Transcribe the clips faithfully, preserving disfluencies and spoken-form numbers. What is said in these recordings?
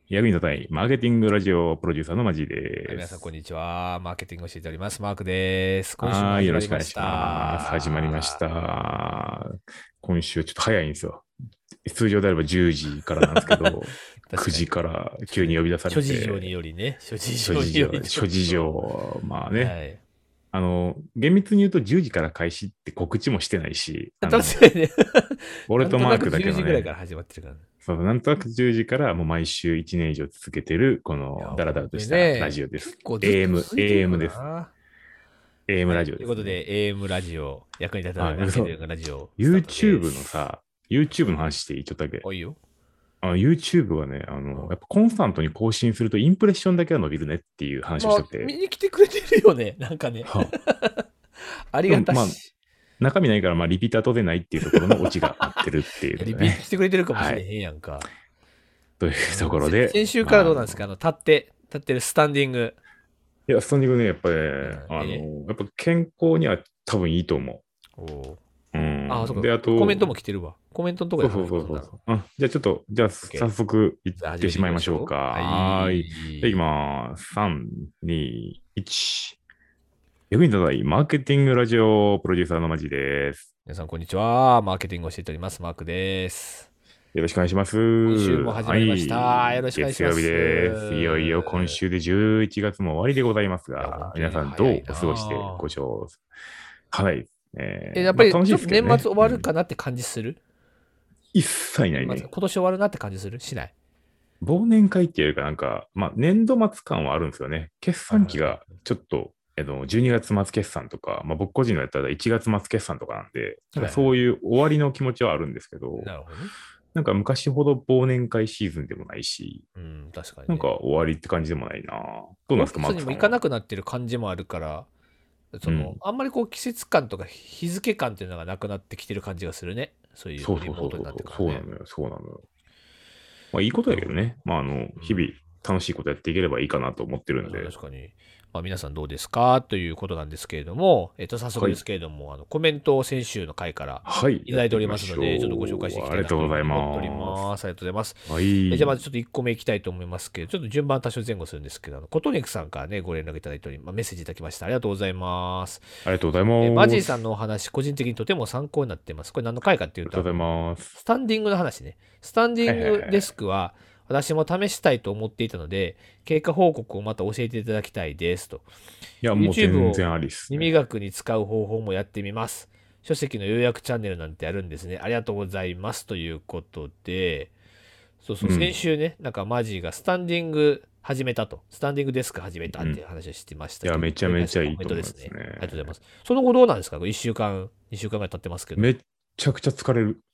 役に立たないマーケティングラジオプロデューサーのマジーはい、皆さん、 です。 こんにちは。マーケティングを教えております。マークです。今週もはーい、 始まりましよろしくお願いします。始まりました。 た。今週ちょっと早いんですよ。通常であればじゅうじからなんですけど、9 確かにね。 時からちょっとね、 急に呼び出され諸事情にて、 よりね、諸事情により諸事情、諸事ちょっと、 情、まあね、 はい。 あの、厳密に言うとじゅうじから開始って告知もしてないし、あの、 確かにね、 俺なんとなくとマークだ 10 けのね、 時ぐらいから始まってるからね。 そう、なんとなくじゅうじからもう毎週いちねん以上続けてる、こいや、 のダラダラ本当にとしたラね、 ジオです。 結構ずっとエーエム、 続いてるよエーエム です。 な。 エーエムはい。 ラジオですね。 ということで、エーエム ラジオ、役に立たないはい。そう、 マーケティングラジオ、スタートで YouTube のす。 さ、YouTube の話していいちょっとだけ。 おいよ。 あ、YouTube はね、あの、 うん。 やっぱコンスタントに更新するとインプレッションだけは伸びるねっていう話をしまあ、 てて。 見に来てくれてるよね、なんかね。 はあ、 ありでも、まあ、 がたし。 中身ないから、まあ、リピーター当然ないっていうところのオチが待ってるっていうや、 のでね。 リピートしてくれてるかもしはい。 れへんやんか。 というところせで、 先週からまあ、あどうなんですか？あの、 の、立って、立ってるスタンディング。 いや、スタンディングね、やっぱりね、 うん、 あえの、やっぱ健康には多分いいと思おお。 う。うああ、そん。 うか。 で、あコメントと、 も来てるわ。コメントのとこでそうそう話すことになる。 そうそうそう。あ、じゃあちょっと、じゃあ早 OK。 速行っじゃあ始めていきてしまいましょうか。 ましょう。ははーい。じゃあ行きい。 ます。さん、に、いち。役に立たないマーケティングラジオプロデューサーのマジです。 皆さん、こんにちは。マーケティングを教えております。マークです。 よろしくお願いします。 今週も始はまりました。よい。 ろしくお願いし月曜日ます。 です。いよいよ今週でじゅういちがつも終わりでございますいや、本が、 当に皆さんど早いうお過ごしでな。 ごしょうか。はい。 え、 えー、 やっぱり、 まあ楽しいちょっと年末ですけどね。 終わるうん。 かなって感じする？ 一切な年末、 いね。 今年終わるなって感じする？しない？ 忘年会っていうかなんか、まあ年度末感はあるんですよね。決はいはいはい。 算期がちょっと、えっと、じゅうにがつ末決算とか、まあ僕個人のやったらいちがつ末決算とかなんで、なんかはいはい。 そういう終わりの気持ちはあるんですけど、 なるほどね。 なんか昔ほど忘年会シーズンでもないし、 うん、確かになんかね。 終わりって感じでもないな。どうなんですか、マオフィスにも行かークさんは。 なくなってる感じもあるから、その、 うん。 あんまりこう季節感とか日付感っていうのがなくなってきてる感じがするね。そういうそうそうリモートになっそうそうそう、 てからね。 そうなのよ、そうなのよ。まあいいことなるほど。 やけどね。まああの、 うん。 日々楽しいことやっていければいいかなと思ってるんで。 確かに。まあ、皆さんどうですかということなんですけれども、えっと、早速はい。 ですけれども、あの、コメントを先週の回からはい。 いただいておりやっていきまますので、ちょっとごしょ紹介していきう。あたいなというふうりがとうございに思っております。 ます。ありがとうございます。 はえじゃあ、まずい。 ちょっといっこめいきたいと思いますけど、ちょっと順番多少前後するんですけど、あの、コトニクさんからね、ご連絡いただいており、まあ、メッセージいただきました。ありがとうございます。 ありがとうございえマジます。 ーさんのお話、個人的にとても参考になっています。これ何の回かっていうと、あありがとうございの、 ます。 スタンディングの話ね。スタンデはいはいはィングデスい。 クは、私も試したいと思っていたので、経過報告をまた教えていただきたいですと。 いや、もう YouTube を全然ありっす耳ね。 学に使う方法もやってみます。書籍の要約チャンネルなんてあるんですね。ありがとうございます。ということで、そうそう、先うん。 週ね、なんかマジがスタンディング始めたと。スタンディングデスク始めたうん。 っていう話をしてましたいや、 けど、 めちゃそれに関してのコめちゃいいと思いますメントですね。ありがとうございまね。 す。その後どうなんですか？ いっ 週間、にしゅうかんぐらい経ってますけど。 めっちゃくちゃ疲れる。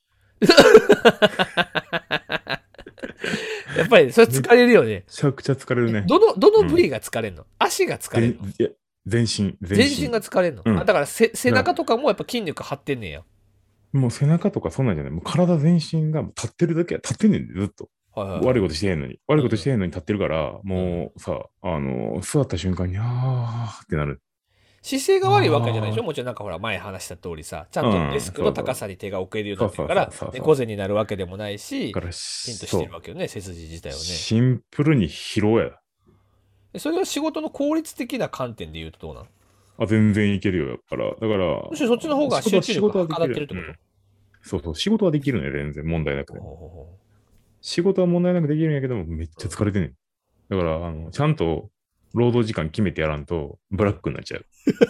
やっぱりそれめっ疲れるよね。 ちゃくちゃ疲れるえ、 ね。 どの、どうん。 の部位が疲れるの？足が疲れ全、 るの？ いや、全身、全全身身。 が疲れるの？あ、 うん。 だからせ背だから、 中とかもやっぱ筋肉張ってんねや。 もう背中とかそんなんじゃない。もう体全身がもう立ってるだけは立ってんねんで、ずっと。 はいはいはい。 悪いことしてへんのに。悪いことしうん。 てへんのに立ってるから、 うん。 もうさ、あの、座った瞬間に、あーってなる。 姿勢が悪いわけじゃないでしょ？ あもちろんなんかほら前話した通りさ、ちゃんとデー、うん、 スクのそうそう。 高さに手が置けるようになそうそうそうってるから、 そうそう。 猫背になるわけでもないし、 だから、 ピンとしてるそう。 わけよね、背筋自体をね。 シンプルに疲労や。 でそれは仕事の効率的な観点で言うとどうなの？ あ、全然いけるよ、やっぱら。だから、 むしろそっちの方が仕事は、 集中仕力がはかどって事はできる。 るってこと？ うん。そうそう、仕事はできるね、全然問題なくね。 ほうほうほ仕事は問題なくできるんやけども、めっちゃ疲れてんねん。だから、あの、ちゃんと労働時間決めてやらんと、ブう。うラッん。 クになっちゃう。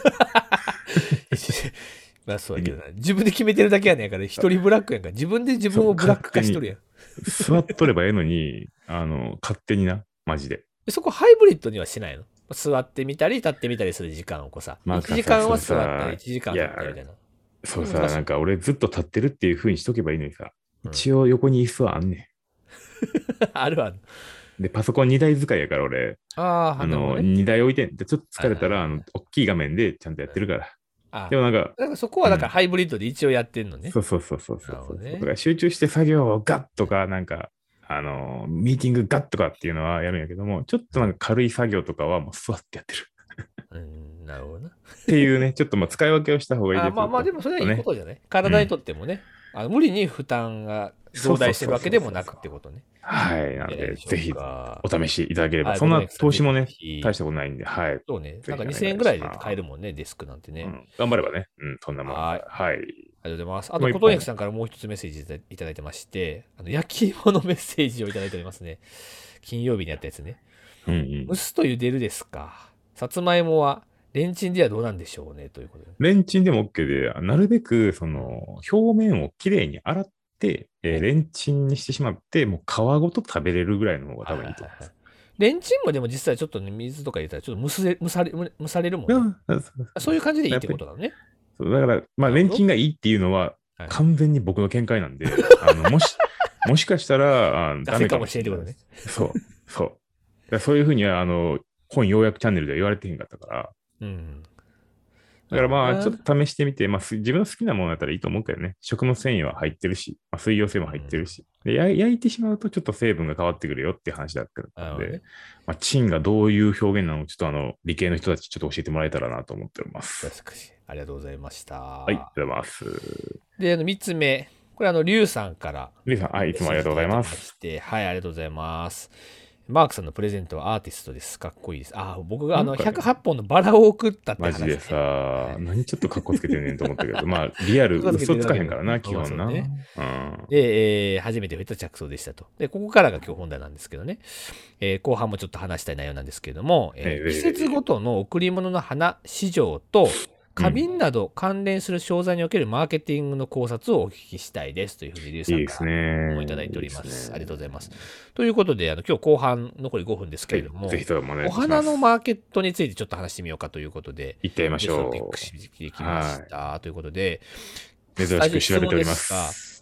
まあそうやけどでな。自分で決めてるだけやねんから、一人ブラックやんから、自分で自そう、 分をブラック勝手に、 化しとるやん。 座っとればええのに、あの、勝手にな、マジで。 でそこハイブリッドにはしないの？座ってみたり、立ってみたりする時間をこうさ、1 マークさんさ、 時間はそれ座ったり、 さ、 いちじかんいや、 立ったりみたいな。 そうさ、 難しい。 なんか俺ずっと立ってるっていう風にしとけばいいのにさ、 うん。 一応横に椅子はあんねあるある。 ん。で、パソコンにだい使いやから俺、 ああ、 あの、 なるほどね。 にだい置いてん。で、ちょっとはい疲れたら、あの、 はいはいはい。 大きい画面でちゃんとやっうん。 てるから。 あ、 でもなんか、 だからそこはだからうん。 ハイブリッドで一応やってんのね。 そうそうそうそうなるそうそう。だかほどね。 ら集中して作業をガッとか、なんか、あの、ミーティングガッとかっていうのはやるんやけども、ちょっとなんか軽い作業とかはもう座ってやってる。 うん、なるほどな。 っていうね、ちょっとまあ使い分けをした方がいいあ、 ですよと。 まあまあ、でもそれはいいこちょっとね。 とじゃない？体にとうん。 ってもね。あの無理に負担が増大してるわけでもなくってことね。 はい。なので、ぜひおお試しいただければ、 はいそんな投資もねぜひ、 大したことないんで、はい。 そうね。なんかぜひお願いしますにせんえんぐらいで買えるもんね、デスクなんてね。 うん頑張ればね、うん、そんなもんはい。 が。はい。 ありがとうございます。あと、 もう一琴肉本。 さんからもう一つメッセージいたいただいてまして、あの焼き芋のメッセージをいただいておりますね。金曜日にやったやつね。 うんうん蒸。すと茹でるですか。さつまいもはレンチンではどうなんでしょうね、ということで。 レンチンでも OK で、なるべく、その、表面をきれいに洗って、えーレンチンにしてしまって、もう皮ごと食べれるぐらいの方が多分いいと思います。 レンチンもでも実際ちょっとね、水とか入れたらちょっと蒸すれ蒸され蒸されるもんね。 うんそうそういう感じでいいってことなのね。 そうだから、まあ、 なるほどレンチンがいいっていうのは、 はい完全に僕の見解なんで、あの、もし、もしかしたら、あダメかもしれない。 ガセかもしれんってそう、そう。だからそういうふうには、あの、本要約チャンネルでは言われてへんかったから、 うん。 だからまあ、 なるほどねちょっと試してみて、まあ、す自分の好きなものだったらいいと思うけどね。食物繊維は入ってるし、まあ、水溶性も入ってるし、でや焼いてしまうとちょっと成分が変わってくるよっていう話だったんで、 なるほどね。 まあ、チンがどういう表現なのか、ちょっとあの、理系の人たちちょっと教えてもらえたらなと思っております。 確かに。ありがとうございました。 はい、ありがとうございます。 で、あの、三つ目。これ、あの、リュウさんから。 リュウさん、はい、いつもありがとうございます。 してはい、ありがとうございます。マークさんのプレゼントはアーティストです。かっこいいです。あ、僕があの、 なんかねひゃくはっぽんのバラを送ったって話、ね。 マジでさ、何ちょっと格好つけてんねんと思ったけど、まあ、リアル、嘘つかへんからな、基本な。 ねうん、 で、えー初めて触れた着想でしたと。で、ここからが今日本題なんですけどね。えー後半もちょっと話したい内容なんですけれども、えーえー季節ごとの贈り物の花市場と、花瓶など関連する商材におけるマーケティングの考察をお聞きしたいですというふうに、リュウさんかいいですらね。 いただいております。 いいですねありがとうございます。ということで、あの今日後半残りごふんですけれども、 はい、ぜひともお願いおします。 花のマーケットについてちょっと話してみようかということで、 行ってみましょう。 ゲストをピックしてきましたということで、 珍しく調べております。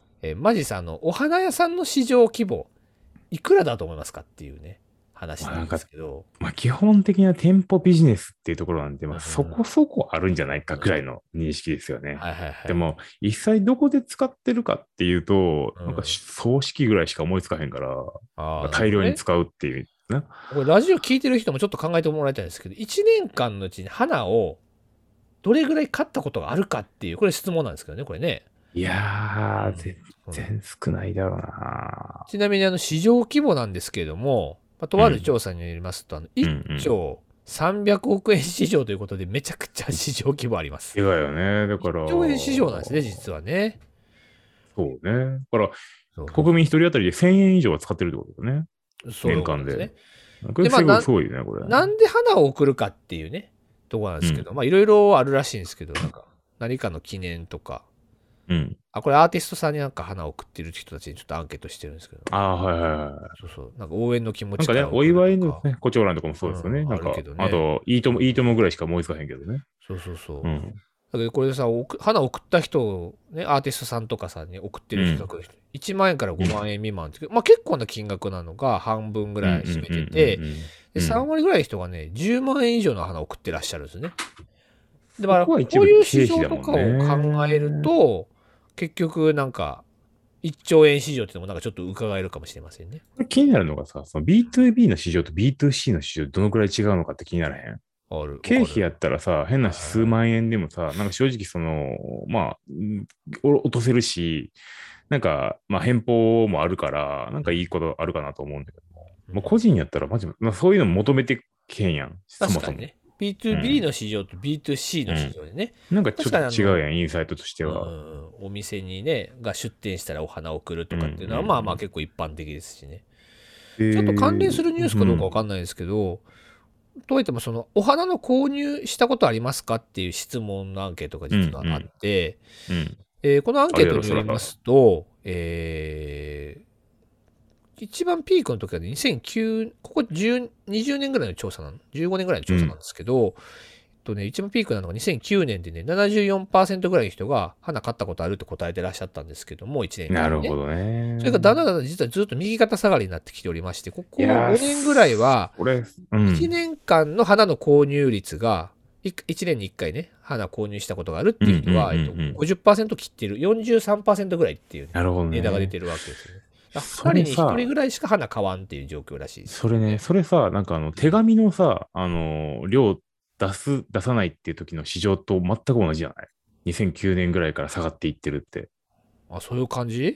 えーマジさんのお花屋さんの市場規模、いくらだと思いますかっていうね、話なんですけど。 まあ、基本的な店舗ビジネスっていうところなんで、まあ、 うんそこそこあるんじゃないかくらいの認識ですよね。 はいはいはい。 でも、実際どこで使ってるかっていうと、 うんなんか葬式ぐらいしか思いつかへんから、 あー大量に使うっていうな。 これラジオ聞いてる人もちょっと考えてもらいたいんですけど、いちねんかんのうちに花をどれぐらい買ったことがあるかっていう、これ質問なんですけどね、これね。 いやー、 うん全然少ないだろうな。 ちなみにあの市場規模なんですけれども、まあとある調査によりますと、あのいっちょうさんびゃくおくえん市場ということで、めちゃくちゃ市場規模あります。 でかいよね。だから。 いっちょうえん市場なんですね、実はね。 そうね。だから、 そう国民一人当たりでせんえん以上は使ってるってことだね。 そういうこと年間でですね。 これすごい、すごいね、これ。 なんで花を送るかっていうね、ところなんですけど、まあいろいろあるらしいんですけど、なんか何かの記念とか、 うん。 あ、これアーティストさんになんか花を送ってる人たちにちょっとアンケートしてるんですけど、 ああ、はいはいはい。 そうそう、なんか応援の気持なんかね、 ちからお祝い送るとかのね、胡蝶蘭とかもそうですよね。 うんなんか、 あるけどねあと、いいとも、いいともぐらいしか思いつかへんけどね。 そうそうそう。だうん。 けどこれでさ、送花送った人を、ね、アーティストさんとかさんに送ってる人がいちまんえんからごまんえん未満って、まあ結構な金額なのが半分ぐらい占めてて、 うんうんうんうんでさん割ぐらいの人がね、じゅうまんえん以上の花を送ってらっしゃるんですね。で、まあ、こうここは一部いう市場と経費だかをもんね考えると、結局なんか、いっちょうえん市場っていうのもなんかちょっと伺えるかもしれませんね。 これ気になるのがさ、その ビーツービー の市場と ビーツーシー の市場どのくらい違うのかって気にならへんある。 経費やったらさ、変なし数万円でもさ、なんか正直その、まあ、うん落とせるし、なんか、まあ返報もあるから、なんかいいことあるかなと思うんだけども、もう個人やったらマジ、まあそういうの求めてけんやん、そもそも。 確かにね。ビーツービー の市場と ビーツーシー の市場でね。 なんかちょっと確かにあの違うやん、インサイトとしては。 うんお店にね、が出店したらお花を送るとかっていうのは、 うんまあまあ結構一般的ですしね。 ちちょっと関連するニュースかどうかわかんんないですけど、とはいってもそのお花の購入したことありますかっていう質問のアンケートが実はあって、 うんうんえーこのアンケートによりますと、えー一番ピークの時はねにせんきゅう、ここじゅう、にじゅうねんぐらいの調査なの、じゅうごねんぐらいの調査なんですけど、えっとね、一番ピークなのがにせんきゅうねんでね、ななじゅうよんパーセントぐらいの人が花買ったことあるって答えてらっしゃったんですけども、いちねんかんに、ね。 なるほどね。 それがだんだんだんだん実はずっと右肩下がりになってきておりまして、ここごいやーねんぐらいは、 俺、うん。 いちねんかんの花の購入率が、いいちねんにいっかいね、花購入したことがあるっていう人は、 うんえっと、 うんうんうんごじゅっパーセント切ってる、よんじゅうさんパーセントぐらいっていう、ね、 なるほどね。 データが出てるわけですよね。ふそたりにれさひとりぐらいしか花買わんっていう状況らしいです。 それね、それさ、なんかあの、手紙のさ、あの、量出す、出さないっていう時の市場と全く同じじゃない？ にせんきゅう 年ぐらいから下がっていってるって。 あ、そういう感じ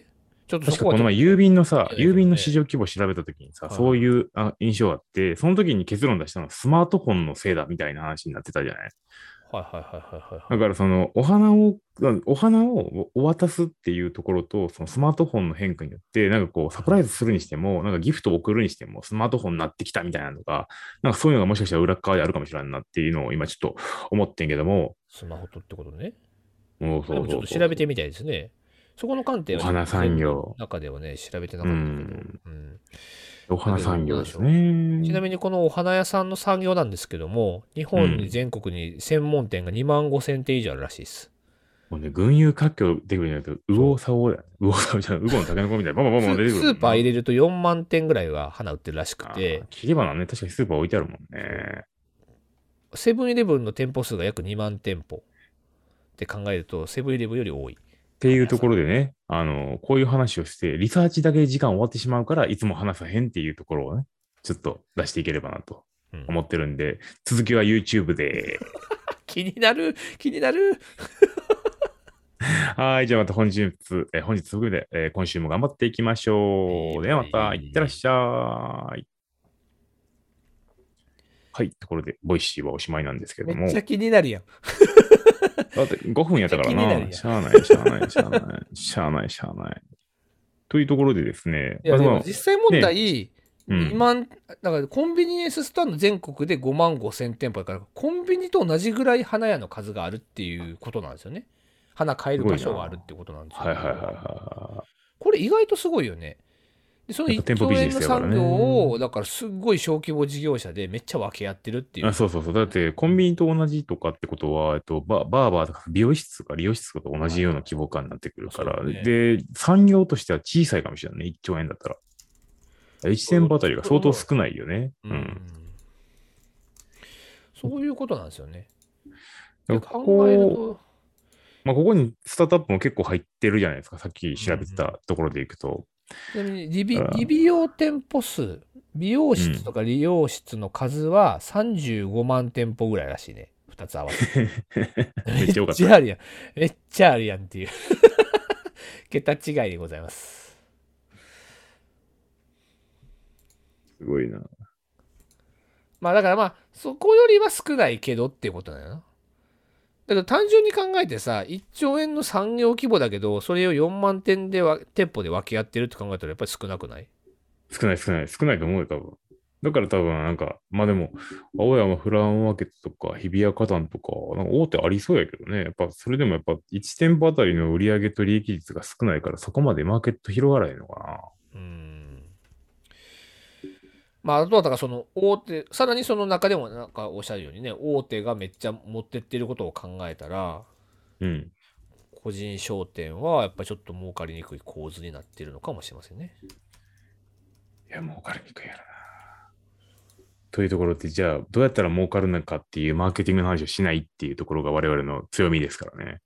ちょっとそ確かこの前、 こはちょっと郵便のさ、 聞けない郵便のけどね。 市場規模を調べたときにさ、 はいはい。 そういうあ印象があって、その時に結論出したのはスマートフォンのせいだみたいな話になってたじゃない。 はいはいはいはいはいはい。 だからそのお花を、お花をお渡すっていうところと、そのスマートフォンの変化によって、なんかこうサプライズするにしても、なんかギフトを送るにしても、スマートフォンになってきたみたいなのが、なんかそういうのがもしかしたら裏側であるかもしれないなっていうのを今ちょっと思ってんけども、 スマホとってことね。 もうそうでもちょっそうそうそう。 と調べてみたいですね。そこの観点はちょっとお花事前の産業。 中ではね、調べてなうかったけど。 ん。 うん。 お花だけど、 産業ですどうでしょう。ちなね。 みにこのお花屋さんの産業なんですけども、日本にうん。 全国に専門店がにまんごせん店以上あるらしいです。 もうね、群雄割拠出てくるんだけど、右そう。 往左往だよね。右往左往じゃない、右往のタケノコみたいな、バンバンバンバン出てくるススーもんな。 パー入れるとよんまん店ぐらいは花売ってるらしくああ、 て、 切り花ね、確かにスーパー置いてあるもんそね。 う。セブンイレブンの店舗数が約にまん店舗って考えると、セブンイレブンより多いっていうと花屋さん。 ころでね、あの、こういう話をして、リサーチだけで時間終わってしまうから、いつも話さへんっていうところをね、ちょっと出していければなとうん。 思ってるんで、続きは YouTube で。 気になる気になる。 はい、じゃあまた本日、えー本日含めて、えー今週も頑張っていきましょう。ではまた、いってらっしゃい。はい、ところで、ボイシーはおしまいなんですけども、 めっちゃ気になるやん。 だってごふんやっためっちゃからな。 気になるやん。 しゃあない、しゃあない、しゃあない、しゃあない、しゃあない。というところでですね、 いや、でもまあでも、 実際問ね、 題、 うん。 にまん、だからコンビニエンスストアの全国でごまんごせん店舗だから、コンビニと同じぐらい花屋の数があるっていうことなんですよね。花買える場すごいな。 所があるってことなんですよ。 はいはいはいはいはい。 これ意外とすごいよね。で、その1 やっぱ店舗ビ兆円のジネスやから産業ね。 を、だからすっごい小規模事業者でめっちゃ分け合ってるっていうあ、 ことそうそうそう。だって、コンビニと同じとかってことは、えっと、バ、バーバーとか美容室とか理容室とかと同じようなはいはい。 規模感になってくまあ、 るから、 そうだよね。 で、産業としては小さいかもしれないね。いっちょう円だったら。いちそう店舗あたりが相当思うよな。 少ないよね。 うん。 うん。 そういうことなんですよね。で、 だからこ考えるこ、 と、 まあ、ここにスタートアップも結構入ってるじゃないですか。さっきうんう調べてたん。 ところでいくと。 ちなみにリビ、 だから、 リビ用店舗数、美容うん。 室とか理容室の数はさんじゅうごまん店舗ぐらいらしいね。ふたつ合わせて。 めっめっちゃよかった。 ちゃあるやん。めっちゃあるやんっていう桁違いでございます。 すごいな。 まあだからまあ、そこよりは少ないけどっていうことだよな。だけど単純に考えてさ、いっちょう円の産業規模だけど、それをよんまん店では、店舗で分け合ってるって考えたらやっぱり少なくない？ 少ない少ない。少ないと思うよ、多分。だから多分なんか、まあでも、青山フラワーマーケットとか日比谷花壇とか、なんか大手ありそうやけどね。やっぱそれでもやっぱいち店舗あたりの売上と利益率が少ないからそこまでマーケット広がらないのかうーん。まあ、あとはだからその大手、さらにその中でもなんかおっしゃるようにね、大手がめっちゃ持ってってることを考えたら、 な。うん。 個人商店はやっぱりちょっと儲かりにくい構図になっているのかもしれませんね。 いや、儲かりにくいやろな。というところで、じゃあ、どうやったら儲かるのかっていうマーケティングの話をしないっていうところが我々の強みですからね。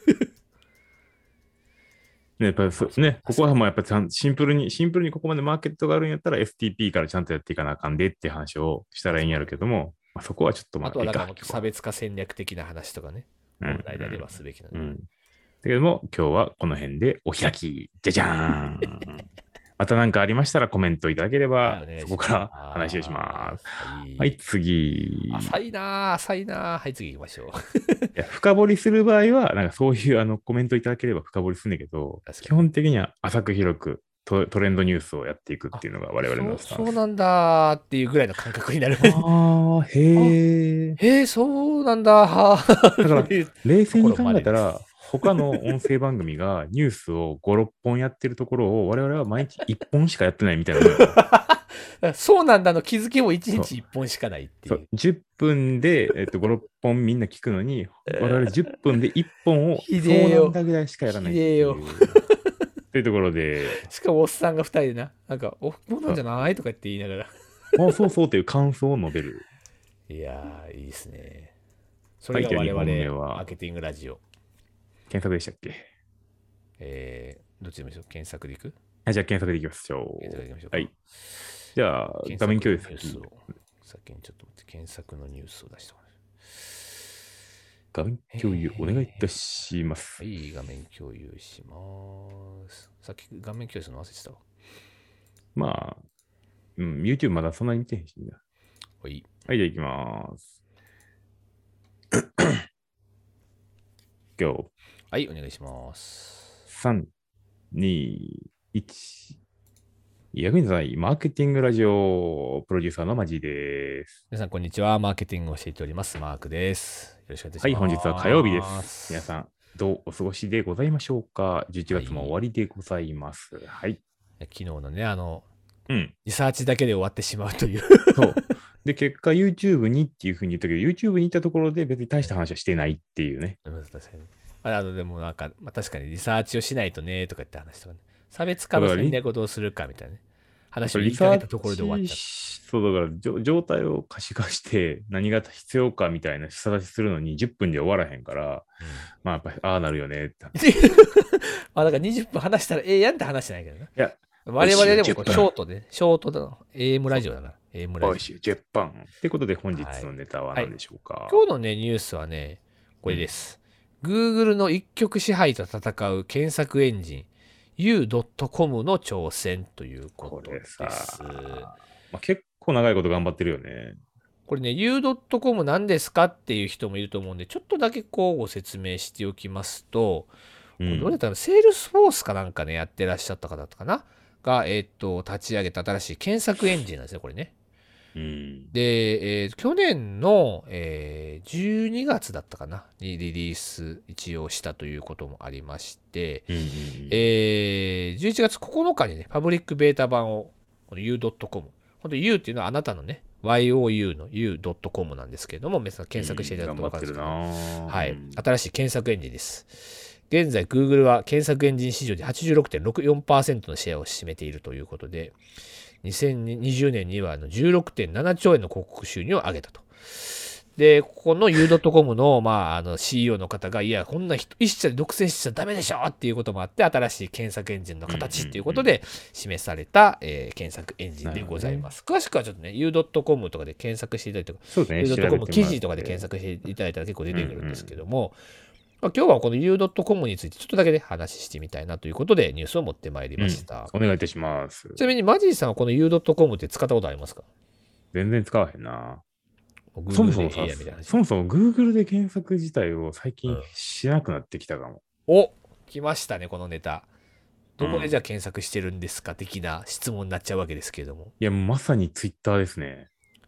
ね、やっぱりまあ、そう、 そね、ここ確かに。 はもうやっぱちゃんシンプルに、シンプルにここまでマーケットがあるんやったら エスティーピー からちゃんとやっていかなあかんでっていう話をしたまあ、 らいいんやそうだね。 るけども、まあ、そこはちょっとまあとはだからあいいか、 もっと差今日は。 別化戦略的な話とかね、 うん、 本来であればすべきなのうん、うで。 ん。だけども、今日はこの辺でお開き。じゃじゃーん。また何かありましたらコメントいただけれはい、 ば、 お願いしそこから話をします。 ます。ははい、 い。 次。 浅いなぁ、浅いなぁ。はい、次行きましょう。 いや、深掘りする場合は、なんかそういうあのコメントいただければ深掘りするんだけど、基確かに。 本的には浅く広くト、トレンドニュースをやっていくっあ、 ていうのが我々 そう、 のスタンス。 そうなんだーっていうぐらいの感覚になる。 ああ、 あ、 へえ。 へえ、そうなんだーだから、 っていうところ冷静に考までです。 えたら、他の音声番組がニュースをご、ろっぽんやってるところを、我々は毎日いっぽんしかやってないみたいなもんやから。 そうなんだの気づきも1 そう。 日いっぽんしかないってそう。 いう。 じゅっぷんで、えっと、ご、ろっぽんみんな聞くのに、我々じゅっぷんでいっぽんを、 ひそうでえよ。 なんだぐらいしかやらないっひでえよ。 ていう。というところで、 しかもおっさんがふたりでな、なんか、お、そうなんじゃそうないとか言って言いながら。 あ、そうそうという感想を述べる。 いやー、いいですね。そはい、 れがじゃあにほんめ我々、マーは、 ケティングラジオ。 検索でしたっけ？ えー、どっちでもいいですよ。検索でいく？ はい、じゃあ検索でいきましょ検索でいきましょうう。はか。 い。じゃあ、 検索の画面共有ニュースを、 先。 先にちょっと待って、検索のニュースを出してもらう。 画面共有お願いいたします。 はい、画面共有します。さっき画面共有するの忘れてたわ。 まあ、うん、YouTube まだそんなに見てへんしな。 はい。 はい、じゃあ行きます。今日、 はい、お願いします。 さん、に、いち。役に立たないマーケティングラジオプロデューサーのマジです。 皆さん、こんにちは。マーケティングを教えております。マークです。よろしくお願いしはい、本日は火曜日でます。皆す。 さん、どうお過ごしでございましょうか？ じゅういちはい。 月も終わりでございます。はい。 昨日のね、あの、 うん。 リサーチだけで終わってしまうという。 そう。で、結果 YouTube にっていうふうに言ったけど、YouTube に行ったところで別に大した話はしてないっていうね。 確かに。あれあの、でもなんか、まあ、確かにリサーチをしないとね、とかって話とかね。差別化のだからリ、 戦略をどうするかみたいなね。 だ話を言いかからリサーけたところで終わっちゃった。 チ、そうだからじょ状態を可視化して何が必要かみたいな示唆しするのにじゅっぷんで終わらへんから、 うん。 まあやっぱりああなるよねって話。 まあ、だからにじゅっぷん話したらええやんって話じゃないけどな。 いや、美我味しいよ、 々でもこうシじゅっぷん。 ョートで、ショートだ、エーエム ラジオだから。エーエム ラジ美味しいよ、じゅっぷん。ってことで本日オ。はい。 のネタははい。 何でしょうか？ 今日のね、ニュースはね、これです。Google の一極支配と戦う検索エンジン、ユードットコム の挑戦というここれとです。 さ、まあ、結構長いこと頑張ってるよね。 これね、ユードットコム 何ですかっていう人もいると思うんで、ちょっとだけこうご説明しておきますと、 うん。 これどうやったら、セールスフォースかなんかね、やってらっしゃった方だったかなが、えっと、立ち上げた新しい検索エンジンなんですね、これね。 うん。 で、えー去年の、えーじゅうにがつだったかなにリリース一応したということもありまして、 うんうんうん。 えーじゅういちがつここのかにね、パブリックベータ版を、この ユードットコム、本当に U っていうのはあなたのね、ワイオーユー の ユードットコム なんですけれども、皆さん検索していただくと分かるんですけど、はい、新しい検索エンジンです。現在、Google は検索エンジン市場で はちじゅうろくてんろくよんパーセント のシェアを占めているということで、にせんにじゅうねんにはじゅうろくてんななちょうえんの広告収入を上げたと。で、ここの ユードットコム の、まあ、あの シーイーオー の方が、いや、こんな人一社で独占しちゃダメでしょっていうこともあって、新しい検索エンジンの形っていうことで示された、えー検索エンジンでございます。詳しくはちょっとね、ユードットコム とかで検索していただいて、 そうですね、 ユードットコム調べてもらっ記事とかで検て。 索していただいたら結構出てくるんですけども、まあ、今日はこの ユードットコム についてちょっとだけで、ね、話してみたいなということでニュースを持ってまいりました。 うん、お願いいたします。 ちなみにマジーさんはこの ユードットコム って使ったことありますか？ 全然使わへんな。そも Google でええそもさ、 やみたいな話。 そもそも Google で検索自体を最近うん。 しなくなってきたかも。 お、来ましたね、このネタ。どこでじゃあうん。 検索してるんですか的な質問になっちゃうわけですけれども。 いや、まさに Twitter ですね。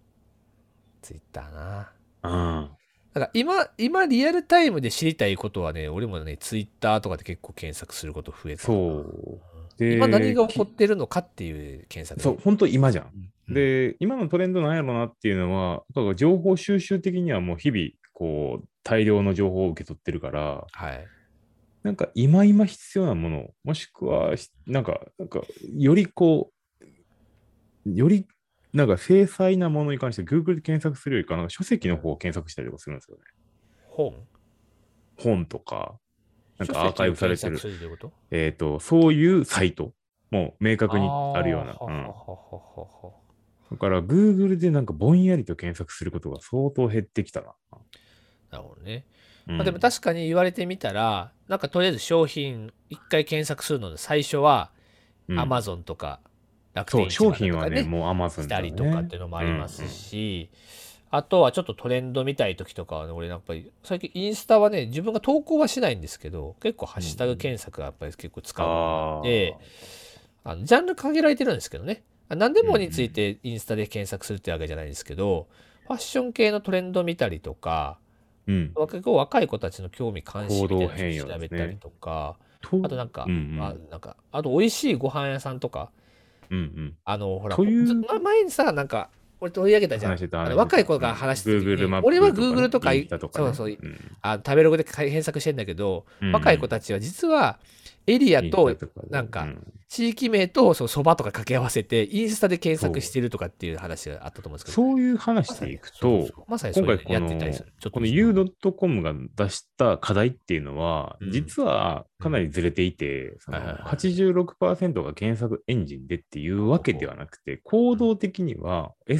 Twitter な。 うん。 だから今、今リアルタイムで知りたいことはね、俺もね、Twitter とかで結構検索すること増えたかな。 そう。 今何で、 が起こっき、 てるのかっていう検索そう、 ね。 本当今じゃん。 うん。うん。 で、今のトレンドなんやろなっていうのは、だから情報収集的にはもう日々、こう、大量の情報を受け取ってるから、 はい。 なんか今今必要なもの、もしくは、しなんか、なんか、よりこう、より、なんか精細なものに関して Google で検索するよりか、なんか書籍の方を検索したりとかするんですよね。 本本とか、なん書かアーカイ籍を検索ブされてる、 するということ？ えっと、そういうサイトも明あ確にあるあ、はような。 ははうん。 はは。 だから Google でなんかぼんやりと検索することが相当減ってきたな。 なるほどね。まあ、でもうん。 確かに言われてみたら、なんかとりあえず商品一回検索するので最初はうん。 Amazon とか楽そう、 天市場だ商品はね、 とかね、 もうし Amazon たりとかっだね。 ていうのもあうん、うりますん。 し、あとはちょっとトレンド見たい時とかはね、俺やっぱり最近インスタはね、自分が投稿はしないんですけど、結構ハッシュタグ検索がやっぱり結構使うことがあって、 ああ。 あのジャンル限られてるんですけどね。何でうん、うもについん。 てインスタで検索するってわけじゃないんですけど、ファッション系のトレンド見たりとか、 うん。 結構若い子たちの興味関心行みたいなのをちょっ動変容と調べたりですね。 とか、 と、うん、 あとなんか、あ、 うん。 なんか、あと美味しいご飯屋さんとか、 うん、うん。 あの、ほら、こずというま、前にさ、なんか、俺取り上げたじゃん。 話してた、 あの話してた。 若い子がうん。 話した時 Google に、 マッ俺はプとかね、 Google とか、 インスタとかね。 そうそう、 うん。 あ食べログで検索してんだけど、 うん、う若い子ん。 たちは実はエリアインスタと、 とかで。 なんか、 うん。 地域名とそのそばとか掛け合わせて、インスタで検索しそう。 てるとかっていう話があったと思うんですけど、 そういう話でいまさに、 くと、 そうそうそう、まさにそういうの今回この、 やってたりする。ちょっとこの自分も。 ユードットコム が出した課題っていうのは、 うん。 実はうん。 かなりずれていて、そのはいはいはい。 はちじゅうろくパーセントが検索エンジンでっていうわけではなくて、行うん。 動的にはうん。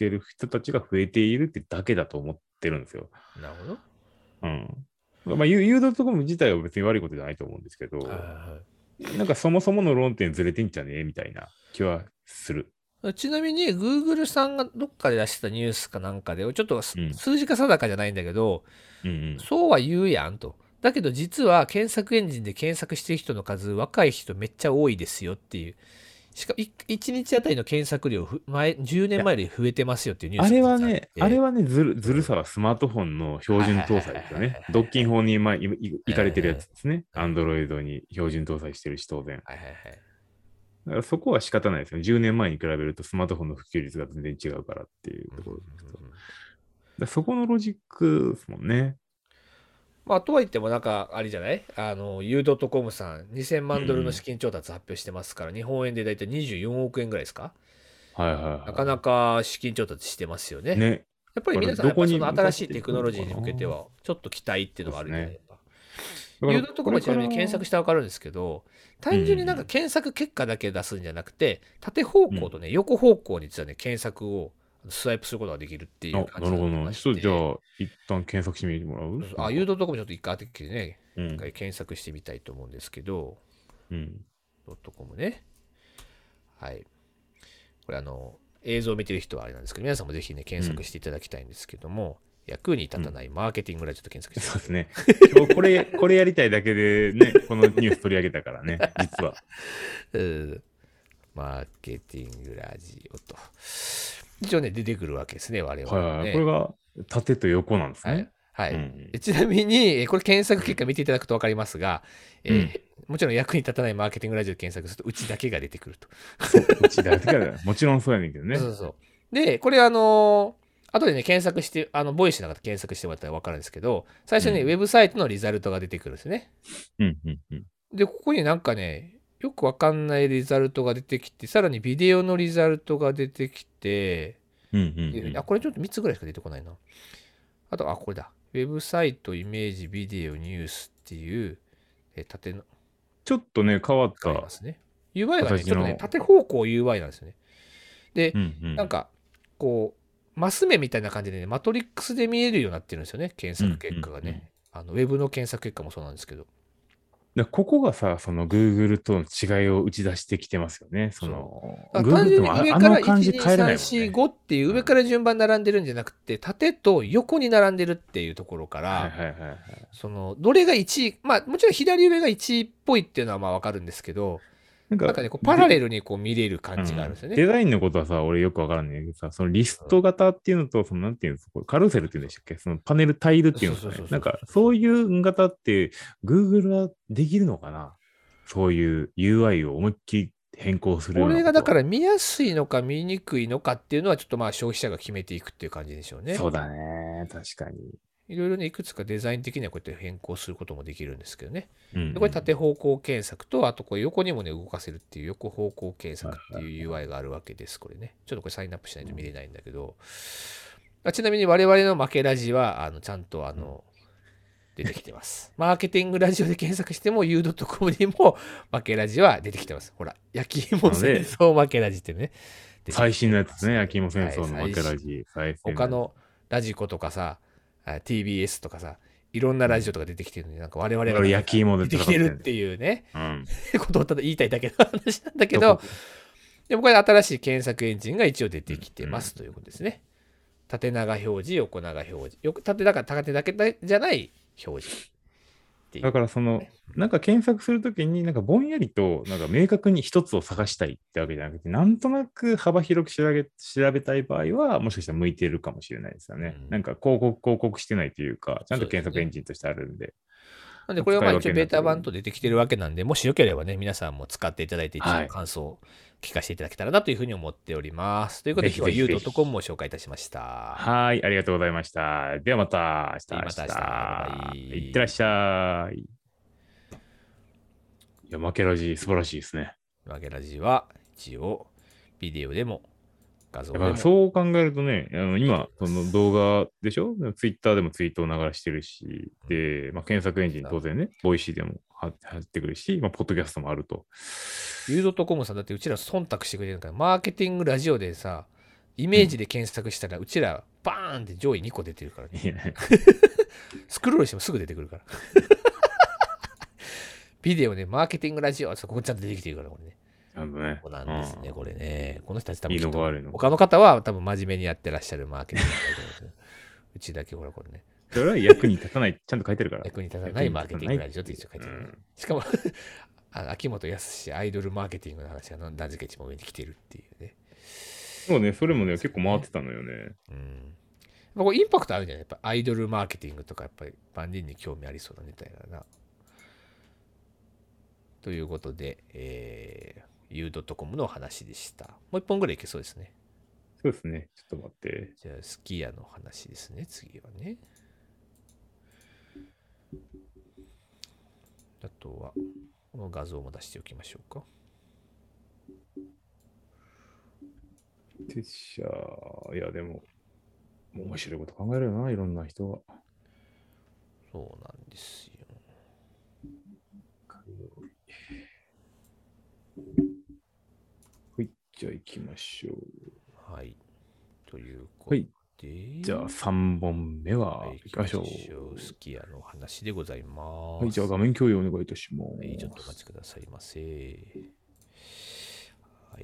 エスエヌエス で検索している人たちが増えているってだけだと思ってるんですよ。 なるほど。 うん。まあ、ユードットコム自体は別に悪いことじゃないと思うんですけど、 はいはなんかそもそもの論点ずれてんじゃねえみたいな気はする。 いはい。ちなみに Google さんがどっかで出したニュースかなんかで、ちょっとうん。 数字か定かじゃないんだけど、 うんうん。 そうは言うやんと。だけど実は検索エンジンで検索してる人の数、若い人めっちゃ多いですよっていう。しかもいちにちあたりの検索量ふ前、じゅうねんまえより増えてますよっていうニューあスが実はあっれはね、あれて。 はね、ずる、 うん。 ずるさはスマートフォンの標準搭はいはいはいはい載ですよね。 はいはい独禁法に、まあ、い、い、いかれてるやはい。 つですね。 うん。 アンドロイドに標準搭載してるし、当然。 はいはいはい。 だからそこは仕方ないですよね。じゅうねんまえに比べるとスマートフォンの普及率が全然違うからっていううんうんところでいくと。だかうんうん。 らそこのロジックですもんね。 まあ、とは言ってもなんか、あれじゃないあの、ユー .com さんにせんまんドルの資うん。 金調達発表してますから、日本円でだいたいにじゅうよんおく円ぐらいですか？ はいはいなかなはか資金調達してますよい。 ね。 ね。 やっぱりだから皆さん、やっぱりそどこにの新しい向かっていテクノロジーくのかな。 に向けては、ちょっと期待っていうのがあるんじゃないそうですね。 か。 だからユーこ .com はれから、 ちなみに検索してわかるんですけど、 うんう単純になんかん検索結果だけ出すんじゃなくて、縦方うん。うん。 向とね、横方向に実はね、検索をスワイプすることができるってあ、 いう感なるほどな。 じになってまちょっとじゃして、 あ、一旦検索してみてもらうなんあ、 か。 ユー .com ちょっと一回当ててね、一うん。 回検索してみたいと思うんですけど、 うん。 ドットコムね。はい。これあの、映像を見てる人はあれなんですけど、皆さんもぜひね、検索うん。 していただきたいんですけども、役に立うん。 たないマーケティングラジオと検索してみてそうですね。今日これ、これやりたいだけでね、このニュース取り上げたからね、実は。 ください。うんマーケティングラジオと。一応ね、出てくるわけですね、我々 はいはい。これはね。 が縦と横なんですはい。 ね。 はい。 うん。 ちなみに、えこれ検索結果見ていただくと分かりますが、 うん。 えーもちろん役に立たないマーケティングラジオで検索すると、うちだけが出てくると。 そう。うちだけだ。もちろんそうやねんけどね。 そうそうそう。で、これあのー後でね、検索して、あの、ボイシーの方検索してもらったら分かるんですけど、最初にね、ウうん。 ェブサイトのリザルトが出てくるんですね。 うん。うん。うん。 で、ここになんかね、よく分かんないリザルトが出てきて、さらにビデオのリザルトが出てきて、 うん。うっていうふうに、あ、 ん。 これちょっとみっつぐらいしか出てこないな。あと、あ、これだ。ウェブサイト、イメージ、ビデオ、ニュースっていう、え縦のちょっとね、変わったがありますね。ユーアイ がね、ちょっとね、 形の。 縦方向 ユーアイ なんですよね。で、 うん。うん。 なんか、こう、マス目みたいな感じでね、マトリックスで見えるようになってるんですよね、検索うん。うん。 結果がね。 うん。 あの、ウェブの検索結果もそうなんですけど。 でここがさ、その Google との違いを打ち出してきてますよね。そそう。 の、 だから単 Google って純にもあ、あ上からいち、に、 の感じ変えれさん、 ないもんよん、 ね。 ごっていううん。 上から順番並んでるんじゃなくて、縦と横に並んでるっていうところから、 はいはいはいはい。 その、どれがいちい、まあ、もちろん左上がいちいっぽいっていうのはまあわかるんですけど、 なんか、 なんかね、こうパラで、 レルにこう見れる感じがあるんうん。 ですよね。 デザインのことはさ、俺よくわからんねんけどさ、そのリスうんト型っていうのと、そのなんていうんですか、これカルーセルっていうんでしたっけそのパネルタイルっていうんですかね。 そうそうそうなんか、 そうそうそう。 そういう型って Google はできるのかなそういう ユーアイ を思いっきり変更するこようなことは。 れがだから見やすいのか見にくいのかっていうのはちょっとまあ消費者が決めていくっていう感じでしょうね。 そうだね。確かに。 いろいろね、いくつかデザイン的にはこうやって変更することもできるんですけどね。 うんうでこれ縦ん。 方向検索と、あとこれ横にもね、動かせるっていう横方向検はい索っていうはい。 ユーアイ があるわけです。これね。ちょっとこれサインアップしないと見れないんだけど。あちなみに我々の負けラジは、あのちゃんとあうんの、出てきてます。マーケティングラジオで検索しても ユー .com にも負けラジは出てきてます。ほら、焼き芋戦なので、 争負けラジってね、出て最きて新のやつですね。 ますので。 焼き芋戦はい、 争の負最新。 けラジ、最新のやつ。 他のラジコとかさ、あ ティービーエス とかさ、いろんなうん。 ラジオとか出てきてるのに、なんか我々が俺、 なぜか焼き芋で出てき戦ってるんです。 てるっていうね、 うん。 ことをただ言いたいだけの話なんだけど、 そこ。 でもこれ新しい検索エンジンが一応出てきてうん。 ますということですね。縦長表示、横長表示。よく縦だから縦だけじゃない表示っていだう。 からその、なんか検索するときに、なんかぼんやりと、なんか明確に一つを探したいってわけじゃなくて、なんとなく幅広く調べ調べたい場合は、もしかしたら向いてるかもしれないですよね。なんうん、 か広告、広告してないというか、ちゃんと検そうですね。 索エンジンとしてあるんで、 なんで、これは使い分まあ一応ベーけになってる。 タ版と出てきてるわけなんで、もしよければね、皆さんも使っていただいて、一度はい。 感想を聞かせていただけたらなというふうに思っております。ということで、 ぜひぜ今日はひぜひ。 ユー .com を紹介いたしました。 はい。ありがとうございました。ではまた明日、明また明日、バイバ日。いってらっしイ。 ゃい。いや、負けラジ素晴らしいですね。 マゲラジは、一応、ビデオでも、画像やっぱでも、 そう考えるとね、あの今、その動画でしょツイッターでもツイートを流してるし、で、まあ、検索エンジン当然ね、ボイシーでも入ってくるし、まあ、ポッドキャストもあると。 ユー .com さんだってうちら忖度してくれるから、マーケティングラジオでさ、イうん。 メージで検索したら、うちらバーンって上位にこ出てるからね。 いやねスクロールしてもすぐ出てくるから。ビデオね、マーケティングラジオ、ここちゃんと出てきてるから、これね。 あのね。 そうなんですね、これね。この人たち多分いいのか悪いのか。 他の方は多分真面目にやってらっしゃるマーケティングだと思うんですよ。うちだけほら、これね。 それは役に立たない、ちゃんと書いてるから。 役に立たないマーケティングラジオって一応書いてる、ね。うん、しかもあ、秋元康アイドルマーケティングの話が何時か一番上に来てるっていうね。 そうね、それもね、結構回ってたのよね。 うん。これインパクトあるんじゃない？やっぱアイドルマーケティングとか、やっぱり万人に興味ありそうなネタやな。ということで、えー、ユードットコム のお話でした。もう一本ぐらいいけそうですね。 そうですね。ちょっと待って。 じゃあ、スキヤの話ですね、次はね。あとは、この画像も出しておきましょうか。 てっしゃー。いや、でも、面白いこと考えるよな、いろんな人が。 そうなんですよ。 はい、じゃあ行きましょう。 はい。ということで、はい、 じゃあさんぼんめは行きましょう。 はい、スキヤの話でございます。 はい、じゃあ画面共有お願いいたします。 はい、ちょっとお待ちくださいませ。はい、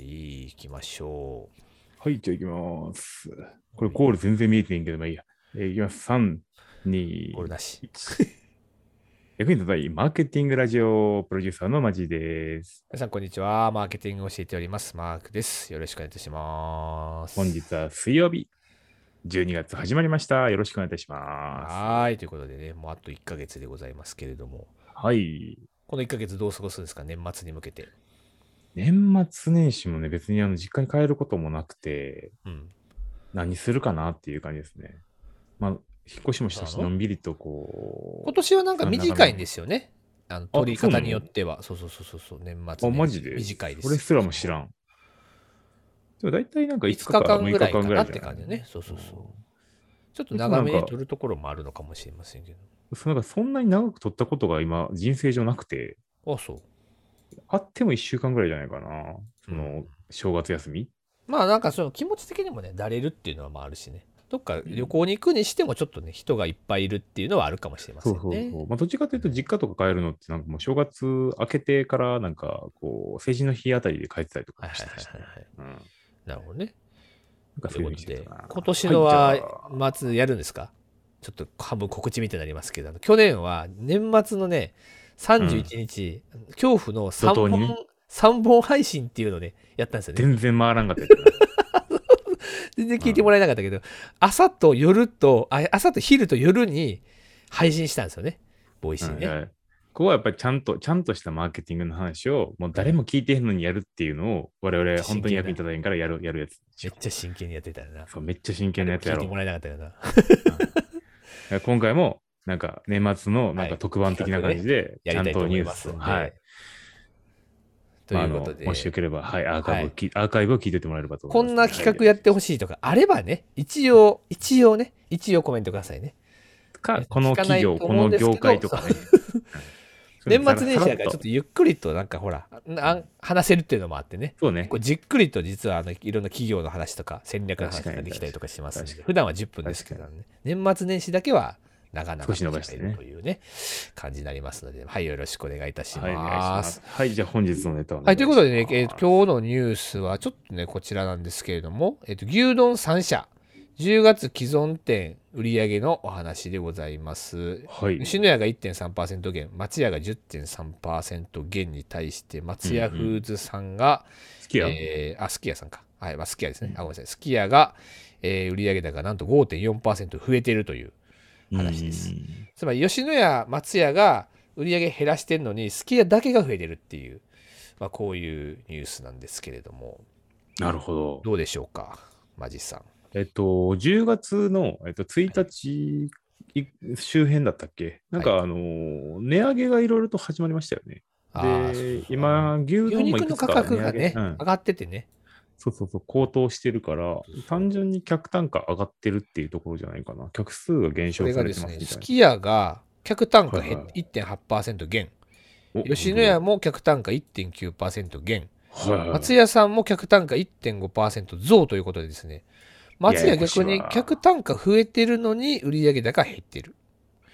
行きましょう。 はい、じゃあ行きます。これゴール全然見えてんけど、まあいいや。えー、行きます。さん、に、 ゴールなし。 役に立たないマーケティングラジオプロデューサーのマジです。 皆さん、こんにちは。マーケティングを教えております。マークです。よろしくお願いいたします。 本日は水曜日、じゅうにがつ始まりました。よろしくお願いいたします。 はい。ということでね、もうあといっかげつでございますけれども。 はい。 このいっかげつどう過ごすんですか、年末に向けて。 年末年始もね、別にあの実家に帰ることもなくて、 うん、 何するかなっていう感じですね。まあ、引っ越しもしたし、のんびりとこう。 今年はなんか短いんですよね。あの取り方によっては。そうそうそうそう、年末年始。あ、マジで短いです。 それすらも知らん。でも大体なんかいつかかぐらいかなって感じね。そうそうそう。ちょっと長めに取るところもあるのかもしれませんけど。 そなんかそんなに長く取ったことが今、人生上なくて。 あ、そう。 あってもいっしゅうかんぐらいじゃないかな。その、正月休み。 まあなんかその気持ち的にもね、だれるっていうのはまああるしね。どっか旅行に行くにしてもちょっとね、人がいっぱいいるっていうのはあるかもしれませんね。 そうそうそう。まあどっちかというと実家とか帰るのってなんかもう正月明けてからなんかこう、成人の日あたりで帰ってたりとかしてたし、ね。 なるほどね。 なんかそういうことで、 今年のは末やるんですか？ちょっと半分告知みたいになりますけど、去年は年末のね、さんじゅういちにち、うん、恐怖のさんぼん、ね、さんぼん配信っていうのでやったんですよね。 全然回らんかった。 全然聞いてもらえなかったけど、うん、朝と夜と、あ、朝と昼と夜に配信したんですよね。ボイシーね。うん、 ここはやっぱりちゃんと、ちゃんとしたマーケティングの話を、もう誰も聞いてへんのにやるっていうのを、我々本当に役に立たへんからやる、やるやつ。 めっちゃ真剣にやってたよな。 そう、めっちゃ真剣なやつやろう。 聞いてもらえなかったよな。 うん、今回も、なんか年末のなんか特番的な感じで、ちゃんとニュースを、はい。ということで、まあ、もしよければ、はい、アーカイブ、はい、アーカイブを聞いててもらえればと思います、 ね。こんな企画やってほしいとかあればね、一応、一応ね、一応コメントくださいね。 か、この企業、この業界とかね。 年末年始だからちょっとゆっくりとなんかほら、話せるっていうのもあってね。 そうね。 じっくりと実はあのいろんな企業の話とか戦略の話ができたりとかしますので、普段はじゅっぷんですけどね。年末年始だけは長々と伸ばしてるというね、感じになりますので、はい、よろしくお願いいたします。 はい、お願いします。はい、じゃあ本日のネタは。はい、ということでね、えー、今日のニュースはちょっとね、こちらなんですけれども、えっと、牛丼さんしゃ、じゅうがつ既存店売上のお話でございます。はい、吉野家が いってんさんパーセント 減、松屋が じゅってんさんパーセント 減に対して、松屋フーズさんが、 すき家、 えー、あ、すき家さんか。はい、まあ、すき家ですね。あ、ごめんなさい。すき家が、えー、売上高がなんと ごてんよんパーセント 増えているという話です。つまり、吉野家、松屋が売上減らしてるのに、すき家だけが増えてるっていう、まあ、こういうニュースなんですけれども。 なるほど。 どうでしょうか、マジさん。 えっと、じゅうがつの、えっと、ついたち、はい、周辺だったっけ、なんか、はい、あの、値上げがいろいろと始まりましたよね。で、そうそう、今、牛丼もいくつか牛肉の価格がね、うん、上がっててね。 そうそうそう、高騰してるから、そうそう、単純に客単価上がってるっていうところじゃないかな。客数が減少されてますみたいな。 すき家が客単価 いってんはちパーセント 減。はいはい、吉野家も客単価 いってんきゅうパーセント 減。はいはい、松屋さんも客単価 いってんごパーセント 増ということでですね。松屋逆に客単価増えてるのに売上高減ってる。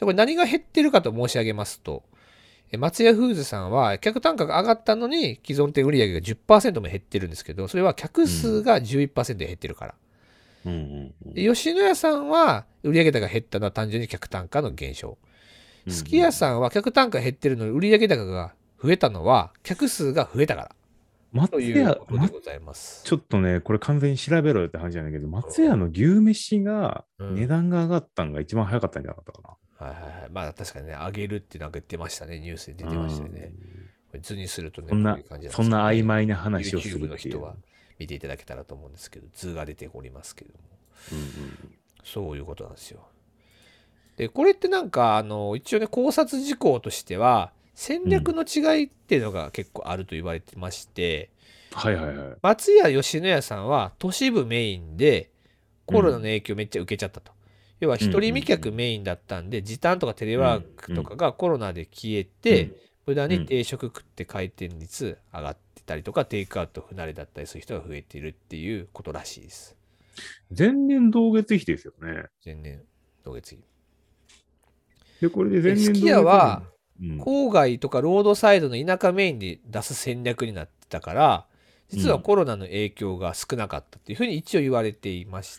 これ何が減ってるかと申し上げますと、松屋フーズさんは客単価が上がったのに既存店売上がじゅっパーセントも減ってるんですけど、それは客数がじゅういちパーセント減ってるから。 うんうんうん、 で吉野家さんは売上高が減ったのは単純に客単価の減少。すき家さんは客単価減ってるのに売上高が増えたのは客数が増えたから。と松屋、 いうことでございます。 ちょっとね、これ完全に調べろよって話なんだけど、松屋の牛飯が値段が上がったのが一番早かったんじゃなかったかな。 うん、はいはいはい。まあ確かにね、上げるってなんか言ってましたね。ニュースで出てましたよね。これ図にするとね、 そんな、 こういう感じなんですそんな曖昧な話をする YouTube の人は見ていただけたらと思うんですけど、図が出ておりますけれども。 うんうん、 そういうことなんですよ。で、これってなんか、あの、一応ね、考察事項としては、戦略の違いっていうのが結構あると言われてまして、 うん、はいはいはい。 松屋吉野家さんは都市部メインでコロナの影響めっちゃ受けちゃったと。要は一人見客メインだったんで、時短とかテレワークとかがコロナで消えて、無駄に定食食って回転率上がってたりとか、テイクアウト不慣れだったりする人が増えているっていうことらしいです。 前年同月比ですよね。 前年同月比。 で、これで前年すき家は、 うん、 郊外とかロードサイドの田舎メインで出す戦略になってたから、実はコロナの影響が少なかったっていうふうに一応言われていまして、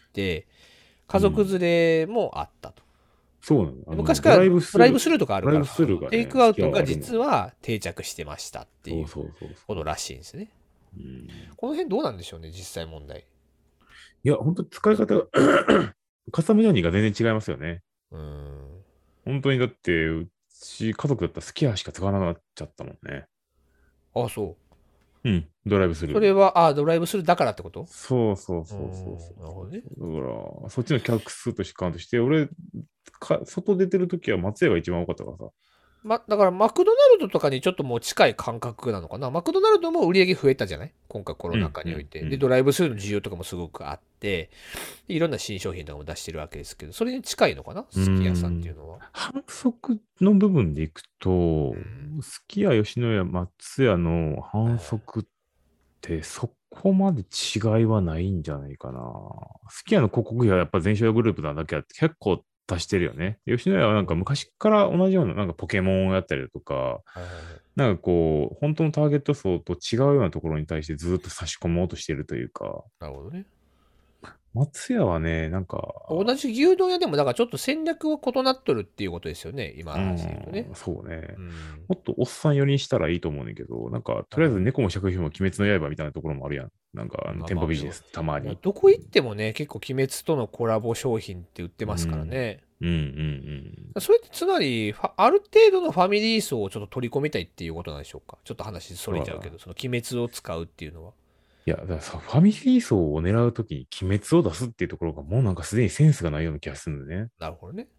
家族連れもあったと。 そうなの。 昔からドライブスルーとかあるから、 ね、 テイクアウトが実は定着してましたっていうことらしいんですね。この辺どうなんでしょうね、実際問題。 いや、本当使い方がカスタムジャーニーが全然違いますよね。うん。本当にだって、うち家族だったらスキヤしか使わなくなっちゃったもんね。 ああ、そう。 うん、ドライブスルー。 それは、ああ、ドライブスルーだからってこと？ そうそうそうそうそう。なるほどね。だから、そっちの客数としてカウントして、俺、か外出てるときは松屋が一番多かったからさ。 ま、だからマクドナルドとかにちょっともう近い感覚なのかな。マクドナルドも売り上げ増えたじゃない、今回コロナ禍において。うんうんうん、で、ドライブスルーの需要とかもすごくあって、いろんな新商品とかも出してるわけですけど、それに近いのかな、すき家さんっていうのは。 反則の部分でいくと、すき家、吉野家、松屋の反則ってそこまで違いはないんじゃないかな。すき家の広告費はやっぱ全商グループなだけあって結構足してるよね。吉野家はなんか昔から同じようななんかポケモンをやったりだとか、なんかこう、本当のターゲット層と違うようなところに対してずっと差し込もうとしてるというか。 なるほどね。 松屋はね、なんか。 同じ牛丼屋でも、だからちょっと戦略は異なっとるっていうことですよね、今の話で言うとね。 そうね、うん。もっとおっさん寄りにしたらいいと思うねんけど、なんか、とりあえず猫も借費も鬼滅の刃みたいなところもあるやん。なんか、あの店舗ビジネス、たまに。 どこ行ってもね、結構鬼滅とのコラボ商品って売ってますからね。うん、うん、うんうん。それってつまり、ある程度のファミリー層をちょっと取り込みたいっていうことなんでしょうか。ちょっと話それちゃうけど、その鬼滅を使うっていうのは。 いや、だからさ、ファミリー層を狙うときに鬼滅を出すっていうところがもうなんかすでにセンスがないような気がするんだね。 なるほどね。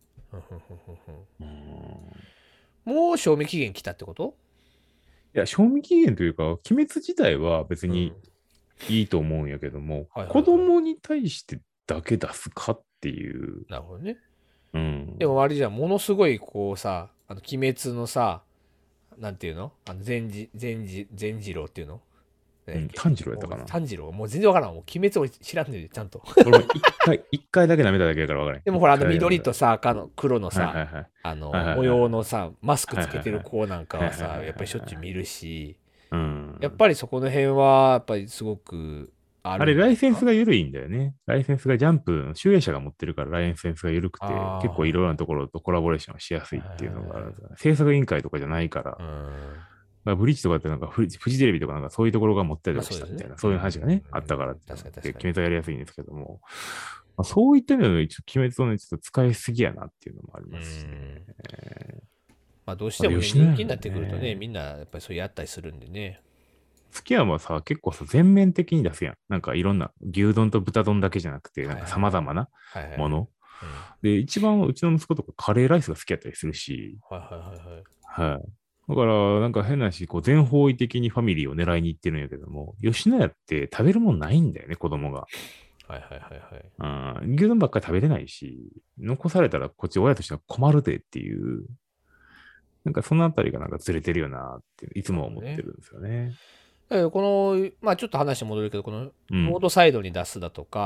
もう賞味期限来たってこと？ いや、賞味期限というか、鬼滅自体は別にいいと思うんやけども、子供に対してだけ出すかっていう。 なるほどね。 うん。 でもあれじゃん、ものすごいこうさ、あの鬼滅のさ、なんていうの、あの善治、善治、善次郎っていうの、 うん、炭治郎やったかな。 炭治郎もう全然わからん。もう鬼滅を知らんねん、ちゃんと。 俺も一回、一回だけ舐めただけやからわからん。 でもほら、あの緑とさ、赤の黒のさ、あの、模様のさ、マスクつけてる子なんかはさ、やっぱりしょっちゅう見るし、うん、やっぱりそこの辺は、やっぱりすごくある。あれ、ライセンスが緩いんだよね。ライセンスがジャンプ、集英社が持ってるから、ライセンスが緩くて、結構いろいろなところとコラボレーションしやすいっていうのがある。制作委員会とかじゃないから。うんまあ、ブリッジとかってなんかフジ、フジテレビとかなんかそういうところが持ってたりしたみたいな、そういう話がね、あったからって、鬼滅はやりやすいんですけども、まあ、そういった意味での一応鬼滅をね、ちょっと使いすぎやなっていうのもありますしね。 まあどうしても、ね、人気になってくるとね、みんなやっぱりそうやったりするんでね。 すき家はさ、結構さ、全面的に出すやん。なんかいろんな牛丼と豚丼だけじゃなくて、なんか様々なもの。で、一番うちの息子とかカレーライスが好きやったりするし、はいはいはいはい。はい。だから、なんか変なし、こう全方位的にファミリーを狙いに行ってるんやけども、吉野家って食べるもんないんだよね、子供が。はいはいはいはい。うん、牛丼ばっかり食べれないし、残されたらこっち親としては困るでっていう、なんかそのあたりがなんかずれてるよなっていつも思ってるんですよね。 だけどこの、まあちょっと話戻るけど、このロードサイドに出すだとか、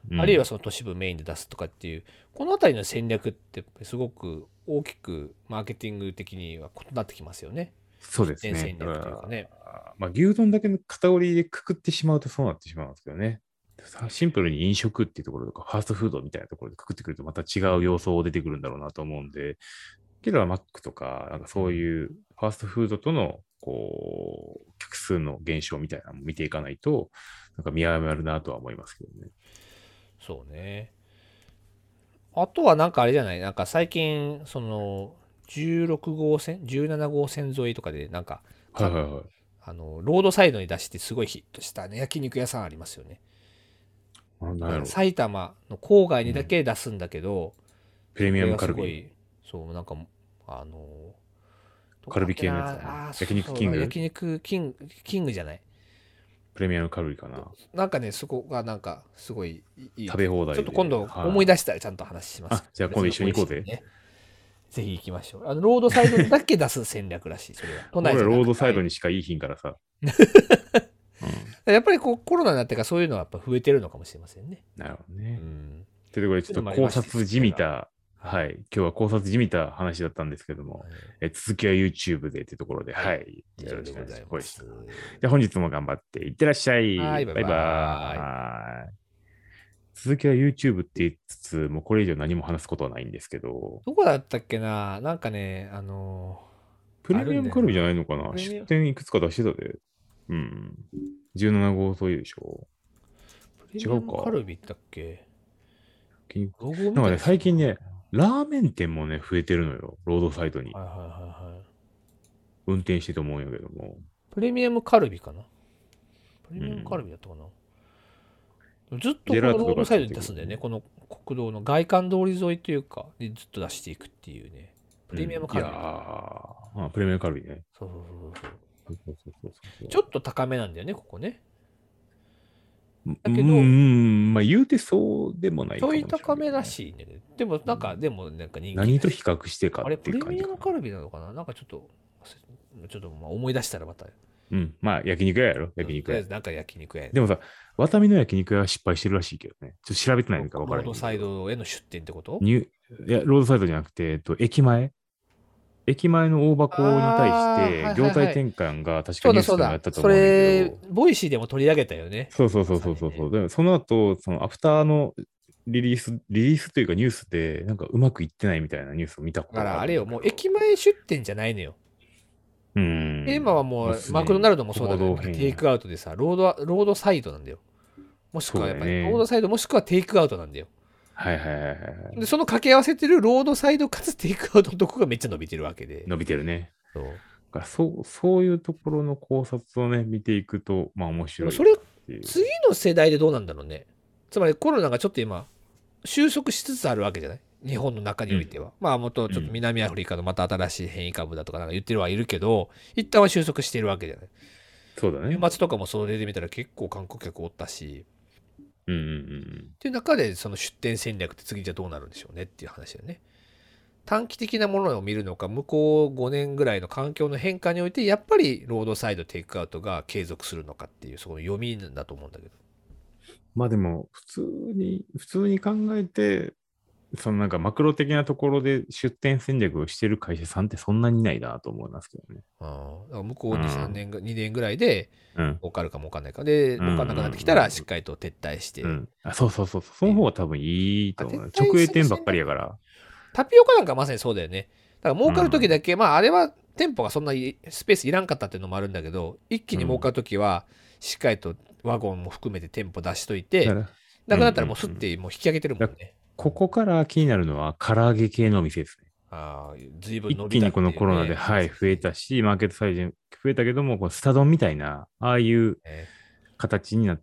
うん、 あるいはその都市部メインで出すとかっていう、このあたりの戦略ってすごく大きくマーケティング的には異なってきますよね。出そうですね。 店戦だから、 略というかね。 まあ、牛丼だけのカテゴリーでくくってしまうとそうなってしまうんですけどね。さシンプルに飲食っていうところとか、ファーストフードみたいなところでくくってくるとまた違う要素出てくるんだろうなと思うんで、けどはマックとか、なんかそういうファーストフードとの、こう、客数の減少みたいなのも見ていかないと、なんか見誤るなとは思いますけどね。 そうね。あとはなんかあれじゃない、なんか最近、その、じゅうろく号線、じゅうなな号線沿いとかで、なんか、かはいはいはい。 あの、ロードサイドに出してすごいヒットしたね、焼肉屋さんありますよね。 あ、なんやろ。 なんか埼玉の郊外にだうん。 け出すんだけど、 プレミアそれがムカルビ。 すごい、そう、なんか、あの、どこカルビだっけな、 系のやつだな。 ああー、 焼そうそう、 肉キング焼肉キング、キングじゃない。 プレミアムカルビかな。 なんかね、そこがなんか、すごいいいお食べ店で。ちょっ放題で。 と今度思いはい。 出したらちゃんと話します。 あ、じゃあ今度一緒に行こうぜ。 ね。ぜひ行きましょう。あの、ロードサイドにだけ出す戦略らしい、それは。都内じゃな俺はロードくて、あえて。 サイドにしかいい品からさ。うん。 やっぱりこうコロナになってからそういうのはやっぱ増えてるのかもしれませんね。 なるほどね。 うん。 というところで、ちょっとそういうのもありまして、 考察じ次は。 みた、 はい。 はい。今日は考察じみた話だったんですけども、え続きは YouTube でというところで、 はい。 はい。 以上でごよろしくお願いします。 ざいます。 で、本日も頑張っていってらっしゃい。 はい、バイバイバーイ。 バーイ。続きは YouTube って言いつつ、もうこれ以上何も話すことはないんですけど、 どこだったっけな、なんかね、あのーあるんプレミアムカルビじゃなだよな。 いのかな、出プレミアム、 店いくつか出してたで。うん。じゅうなな号沿いでしょ。 プレ違うか。 ミアムカルビだっけ？ きロゴを見なんかね、 たりするのかな。 最近ね、ラーメン店もね、増えてるのよ。ロードサイドに。 はいはいはいはい。 運転してて思うんやけども。 プレミアムカルビかな。プレミアムカうん。 ルビだったかな。ずっとジェこラートとかつのロードサイドいてくるね。 に出すんだよね。この国道の外環通り沿いというか、にずっと出していくっていうね。プレミアうん。いやー、 ムカルビか。 あ、プレミアムカルビね。 そうそうそうそう。 そうそうそうそうそちょっと高めなんだよね、ここね。 う。うだけど、 ん、まあ言うてそうでもないちょかもしれい高めんけどね。 らしいんだけど。でも、なんか、 うん、 でも、なんか人気だし。 何と比較してかあれ、 っていうプレ感じかな。 ミアムカルビなのかな、なんかちょっと、ちょっとまあ思い出したらまた。 うん。まあ焼肉屋やろ、焼肉屋。 とりあえず、なんか焼肉屋やね。 でもさ、ワタミの焼肉屋は失敗してるらしいけどね。ちょっと調べてないのか分かロロードサイらへんねんけど。 ドへの出店ってこと？ ニュいや、ロードサイドじゃなくて、えっと、駅前駅前の大箱に対しああー、 て、 はいはいはい。 業態転換が確かそうニュースでもやだそうだ。そったと思うねんけれ、 ど、 ボイシーでも取り上げたよね。 そうそうそうまさにね。 そうそうそう。でもその後、そのアフターのリリース、リリースというかニュースで、なんかうまくいってないみたいなニュースを見たことがあだから、あれよ、 るんだけど、 もう駅前出店じゃないのよ。 うー今はん、もうもう、 すでにマクドナルドもそうだ行けど、 動変容。 テイクアウトでさ、ロード、ロードサイドなんだよ。もしくそうはやっぱり、ローだよね。 ドサイドもしくはテイクアウトなんだよ。 はいはいはいはい。 で、その掛け合わせてるロードサイドかつテイクアウトのとこがめっちゃ伸びてるわけで。 伸びてるね。 そう。 だからそう、そういうところの考察をね、見ていくと、まあ面白いよでもそれ、 っていう。 次の世代でどうなんだろうね。つまりコロナがちょっと今、収束しつつあるわけじゃない？日本の中にうん。 おいては。まあ、もっとちょっとうん。 南アフリカのまた新しい変異株だとかなんか言ってるはいるけど、一旦は収束しているわけじゃない。 そうだね。 年末とかもそれで見たら結構観光客おったし、 うんうんうんっていう中でその出店戦略って次じゃどうなるんでしょうねっていう話だよね。短期的なものを見るのか、向こうごねんぐらいの環境の変化において、やっぱりロードサイドテイクアウトが継続するのかっていう、その読みだと思うんだけど。 まあでも、普通に、普通に考えて、そのなんかマクロ的なところで出店戦略をしてる会社さんってそんなにいないなと思いますけどね。 ああ、だから向こうに、3 うん。 年が、にねんぐらいで、 うん。 儲かるか儲かんないか。で、 うんう儲かんなくなってきたら、しっんかりと撤退しうん。うて、 ん。あ、そうそうそうそう。そっていう。 の方が多分いいあ、 と思う。直撤退営店ばっかりする戦略。 やから。 タピオカなんかまさにそうだよね。だから儲かるときうん。 だけ、まああれは店舗がそんなにスペースいらんかったっていうのもあるんだけど、一気うん。 に儲かるときは、しっかりとワゴンも含めて店舗出しといて、 だから、うんうなくなったらもうすっんうん。 てもう引き上げてるもだんね。 ここから気になるのは唐揚げ系のお店ですね。 ああ、随分一伸びたっ気にこのコロナで、 ていうね、 はい、増え話ですね。 たし、マーケットサイズ増えたけども、こうスタ丼みたいな、ああいうね形になって、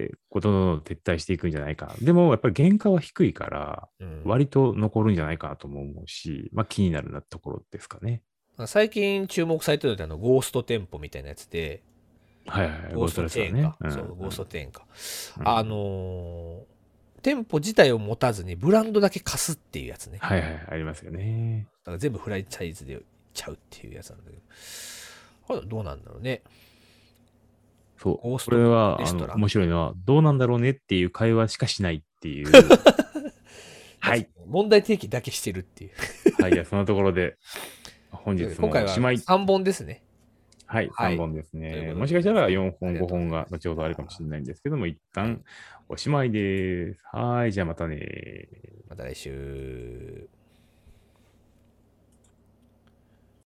こうどんどんどん撤退していくんじゃないかな。でも、やっぱり原価は低いから、 うん。 割と残るんじゃないかなとも思うし、まあ気になるなところですかね。 最近注目されてるのってあのゴースト店舗みたいなやつで、 はいはいはい、ゴースゴーストトレストランね。 チェーンか。 うん、 そう、ゴーストチェーンか。あのうん。 ー店舗自体を持たずにブランドだけ貸すっていうやつね。 はいはい、ありますよね。 だから全部フランチャイズで売っちゃうっていうやつなんだけど。これどうなんだろうね。 そう。こゴーストレれは、あの、 ストラン。 面白いのは、どうなんだろうねっていう会話しかしないっっていう。はい。 問題提起だけしてるっていう。 はい、じゃあそのところで、本日も今回はおしまい。 さんぼんですね。 はい、 はい。 さんぼんですというね。 ことでもしかしたらよんほん、 ありがとう 5 ございます。 本が後ほどあるかもしれないんですけども、一旦おしまいです。はい、じゃあまたね。 また来週。